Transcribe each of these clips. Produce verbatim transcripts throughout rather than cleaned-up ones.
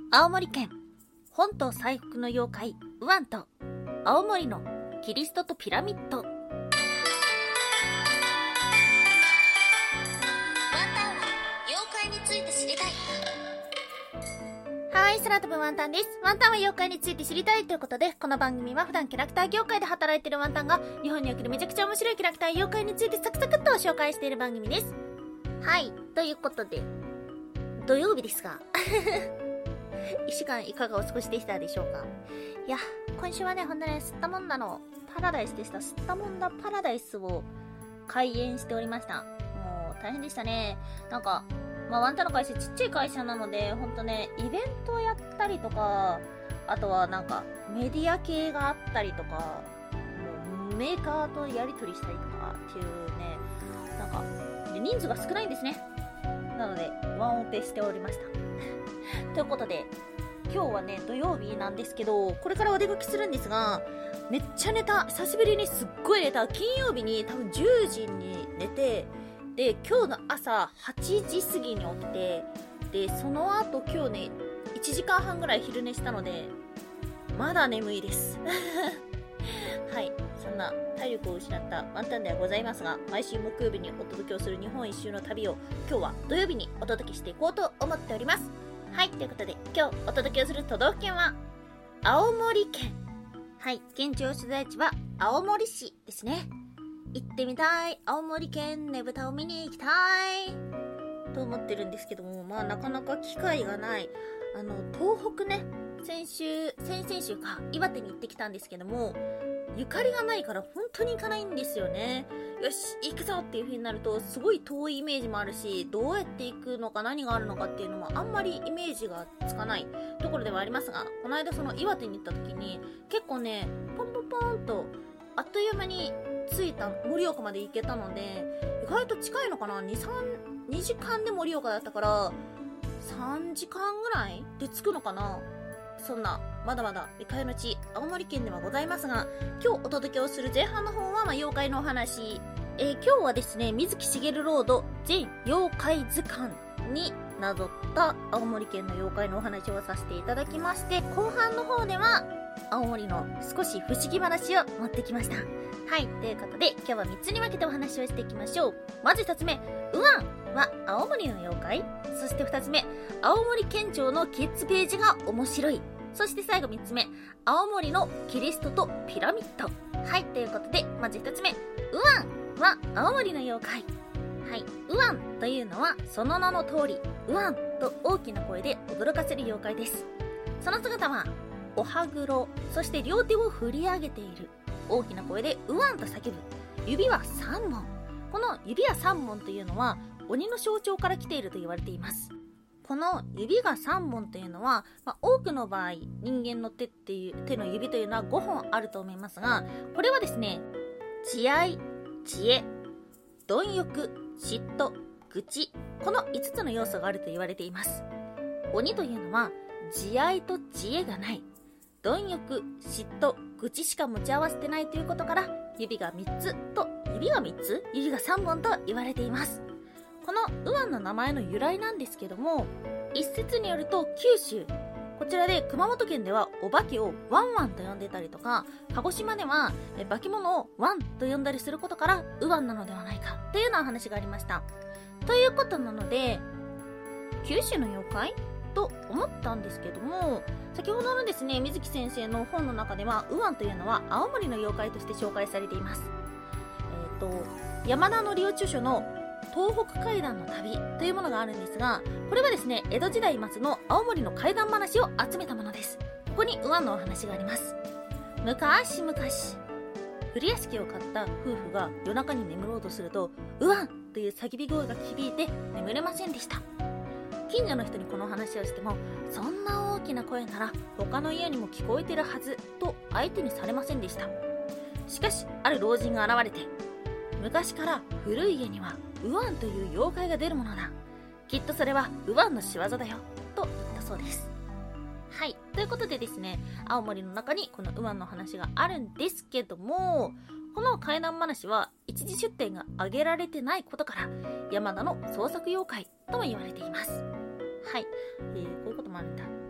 青森県本島最北の妖怪ウワンと青森のキリストとピラミッド。ワンタンは妖怪について知りたい。はい、空飛ぶワンタンです。ワンタンは妖怪について知りたいということで、この番組は普段キャラクター業界で働いているワンタンが日本におけるめちゃくちゃ面白いキャラクター妖怪についてサクサクっと紹介している番組です。はい、ということで土曜日ですがいっしゅうかんいかがお過ごしでしたでしょうか。いや、今週はね、ほんとね、すったもんだのパラダイスでした。すったもんだパラダイスを開演しておりました。もう大変でしたね。なんか、まあワンタンの会社ちっちゃい会社なので、ほんとね、イベントをやったりとか、あとはなんかメディア系があったりとか、もうメーカーとやり取りしたりとかっていうね、なんか人数が少ないんですね。なのでワンオペしておりましたということで、今日はね土曜日なんですけど、これからお出かけするんですが、めっちゃ寝た。久しぶりにすっごい寝た。金曜日に多分じゅうじに寝て、で今日の朝はちじ過ぎに起きて、でその後今日ねいちじかんはんぐらい昼寝したのでまだ眠いですはい、そんな体力を失ったワンタンではございますが、毎週木曜日にお届けをする日本一周の旅を今日は土曜日にお届けしていこうと思っております。はい、ということで今日お届けをする都道府県は青森県。はい、現地所在地は青森市ですね。行ってみたい、青森県ねぶたを見に行きたいと思ってるんですけども、まあなかなか機会がない。あの東北ね、先週先々週か岩手に行ってきたんですけども、ゆかりがないから本当に行かないんですよね。よし行くぞっていう風になるとすごい遠いイメージもあるし、どうやって行くのか何があるのかっていうのもあんまりイメージがつかないところではありますが、この間その岩手に行った時に結構ねポンポンポンとあっという間に着いた、盛岡まで行けたので、意外と近いのかな。 にさんにじかんで盛岡だったからさんじかんぐらいで着くのかな。そんなまだまだ未開の地青森県ではございますが、今日お届けをする前半の方はまあ妖怪のお話、えー、今日はですね水木しげるロード全妖怪図鑑になぞった青森県の妖怪のお話をさせていただきまして、後半の方では青森の少し不思議話を持ってきました。はい、ということで今日はみっつに分けてお話をしていきましょう。まずひとつめ、ウワンは青森の妖怪。そしてふたつめ、青森県庁のキッズページが面白い。そして最後みっつめ、青森のキリストとピラミッド。はい、ということでまずひとつめ、ウワンは青森の妖怪。はい、ウワンというのはその名の通りウワンと大きな声で驚かせる妖怪です。その姿はお歯黒、そして両手を振り上げている。大きな声でウワンと叫ぶ。指はさんぼん。この指はさんぼんというのは鬼の象徴から来ていると言われています。この指がさんぼんというのは、まあ、多くの場合人間の手っていう手の指というのはごほんあると思いますが、これはですね、慈愛、知恵、貪欲、嫉妬、愚痴、このいつつの要素があると言われています。鬼というのは慈愛と知恵がない、貪欲、嫉妬、愚痴しか持ち合わせてないということから、指がみっつと、指がみっつ、指がさんぼんと言われています。このウワンの名前の由来なんですけども、一説によると九州、こちらで熊本県ではお化けをワンワンと呼んでたりとか、鹿児島では化け物をワンと呼んだりすることからウワンなのではないかというような話がありました。ということなので九州の妖怪と思ったんですけども、先ほどのですね水木先生の本の中ではウワンというのは青森の妖怪として紹介されています。えっ、ー、と山田則夫著書の東北怪談の旅というものがあるんですが、これはですね江戸時代末の青森の怪談話を集めたものです。ここにウワンのお話があります。昔々古屋敷を買った夫婦が夜中に眠ろうとすると、ウワンという叫び声が響いて眠れませんでした。近所の人にこの話をしても、そんな大きな声なら他の家にも聞こえてるはずと相手にされませんでした。しかしある老人が現れて、昔から古い家にはウワンという妖怪が出るものだ、きっとそれはウワンの仕業だよと言ったそうです。はい、ということでですね、青森の中にこのウワンの話があるんですけども、この怪談話は一時出典が挙げられてないことから山田の創作妖怪とも言われています。はい、えー、こういうこともあるんだ。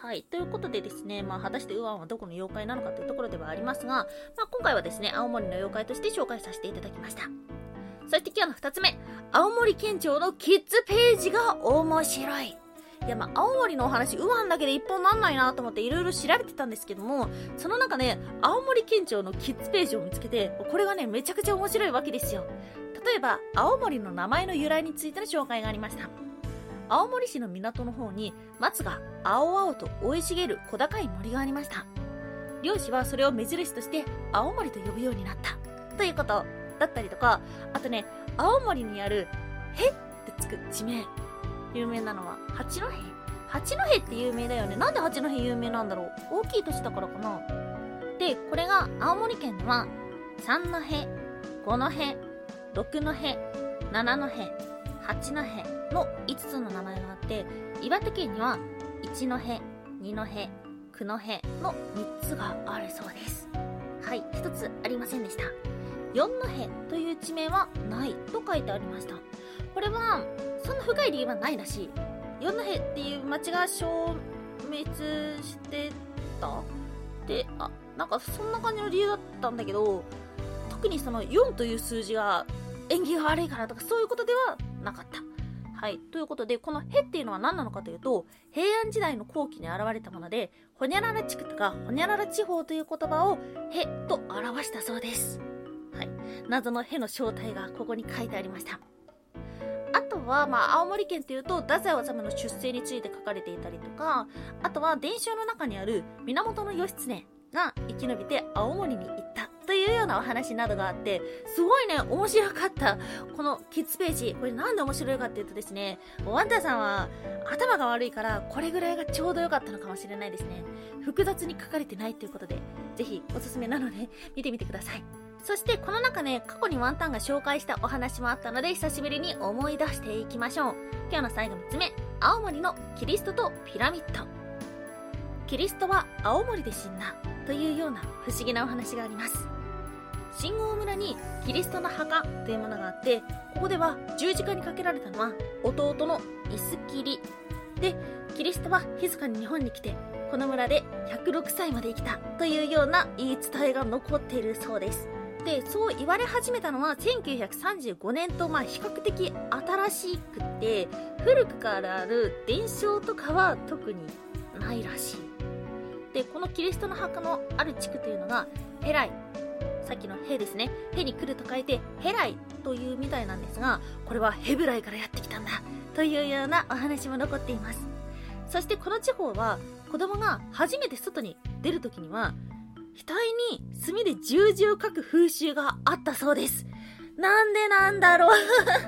はい。ということでですね、まあ、果たしてウアンはどこの妖怪なのかというところではありますが、まあ、今回はですね、青森の妖怪として紹介させていただきました。そして今日の二つ目、青森県庁のキッズページが面白い。いや、まあ、青森のお話、ウアンだけで一本なんないなと思っていろいろ調べてたんですけども、その中で、青森県庁のキッズページを見つけて、これがね、めちゃくちゃ面白いわけですよ。例えば、青森の名前の由来についての紹介がありました。青森市の港の方に、松が青々と生い茂る小高い森がありました。漁師はそれを目印として、青森と呼ぶようになった。ということだったりとか、あとね、青森にある、へってつく地名。有名なのは八戸。八戸って有名だよね。なんで八戸有名なんだろう。大きい都市だからかな。で、これが青森県では三戸、五戸、六戸、七戸、八戸のいつつの名前があって、岩手県には一戸、二戸、九戸のみっつがあるそうです。はい、ひとつありませんでした。四戸という地名はないと書いてありました。これはそんな深い理由はないらしい。四戸っていう町が消滅してたで、あ、なんかそんな感じの理由だったんだけど、特にそのよんという数字が縁起が悪いからとかそういうことではなかった。はい。ということで、このへっていうのは何なのかというと、平安時代の後期に現れたもので、ほにゃらら地区とかほにゃらら地方という言葉をへと表したそうです。はい。謎のへの正体がここに書いてありました。あとは、まあ、青森県というと、太宰治の出生について書かれていたりとか、あとは伝承の中にある源義経が生き延びて青森に行ったというようなお話などがあって、すごいね、面白かった。このキッズページ、これなんで面白いかっていうとですね、ワンタさんは頭が悪いから、これぐらいがちょうど良かったのかもしれないですね。複雑に書かれてないということで、ぜひおすすめなので見てみてください。そしてこの中ね、過去にワンタンが紹介したお話もあったので、久しぶりに思い出していきましょう。今日の最後みっつめ、青森のキリストとピラミッド。キリストは青森で死んだというような不思議なお話があります。信号村にキリストの墓というものがあって、ここでは十字架にかけられたのは弟のイスキリで、キリストは静かに日本に来てこの村でひゃくろくさいまで生きたというような言い伝えが残っているそうです。で、そう言われ始めたのはせんきゅうひゃくさんじゅうごねんと、まあ比較的新しくて、古くからある伝承とかは特にないらしい。で、このキリストの墓のある地区というのがヘライ、さっきのヘですね、ヘに来ると書いてヘライというみたいなんですが、これはヘブライからやってきたんだというようなお話も残っています。そしてこの地方は子供が初めて外に出るときには額に墨で十字を書く風習があったそうです。なんでなんだろう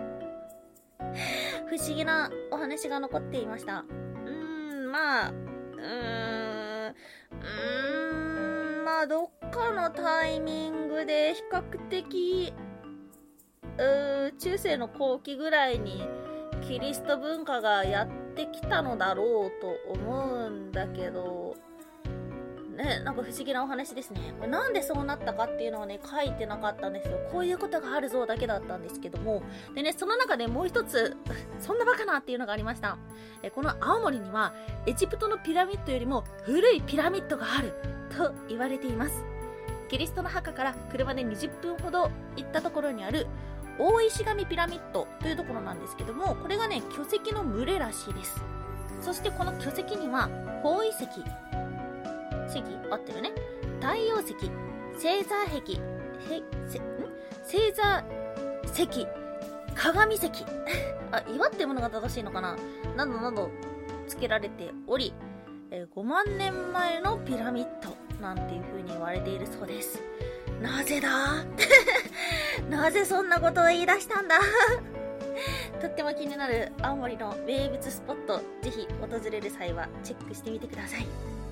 不思議なお話が残っていました。うーん、まあ、うーん、うーん、まあ、どっかのタイミングで比較的、うー、中世の後期ぐらいにキリスト文化がやってきたのだろうと思うんだけど、ね、なんか不思議なお話ですね。これなんでそうなったかっていうのはね、書いてなかったんですよ。こういうことがあるぞだけだったんですけども。でね、その中でもう一つ、そんなバカなっていうのがありました。えこの青森には、エジプトのピラミッドよりも古いピラミッドがあると言われています。キリストの墓から車でにじゅっぷんほど行ったところにある、大石神ピラミッドというところなんですけども、これがね、巨石の群れらしいです。そしてこの巨石には、方位石、石合ってるね。太陽石、星座壁、へ、せ、ん星座石、鏡石あ、岩っていうものが正しいのかな、などなど付けられており、えー、ごまんねんまえのピラミッドなんていう風に言われているそうです。なぜだなぜそんなことを言い出したんだとっても気になる青森の名物スポット、ぜひ訪れる際はチェックしてみてください。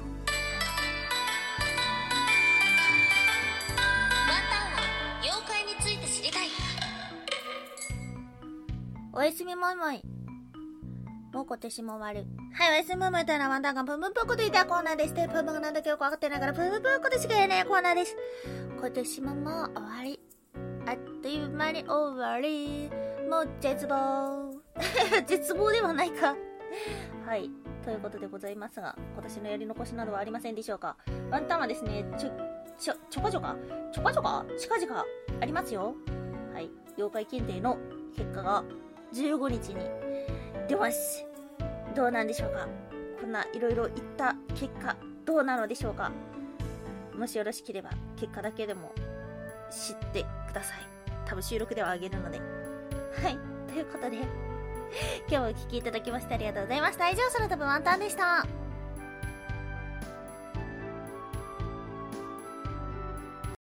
おやすみもいもい。もう今年も終わる。はい、おやすみもいもいというのはワンタンがプンプンぽこと言ったコーナーです。プンプンがなんだかよくわかってないからプンプンぽことしか言えないコーナーです。今年ももう終わり。あっという間に終わり。もう絶望。絶望ではないか。はい。 ということでございますが、今年のやり残しなどはありませんでしょうか。ワンタンはですね、ちょ、ちょ、ちょこちょかちょこちょか近々ありますよ。はい。妖怪検定の結果がじゅうごにちに出ます。どうなんでしょうか。こんないろいろ言った結果、どうなのでしょうか。もしよろしければ、結果だけでも知ってください。多分収録ではあげるので。はい。ということで、今日もお聞きいただきましてありがとうございました。以上、空飛ぶワンタンでした。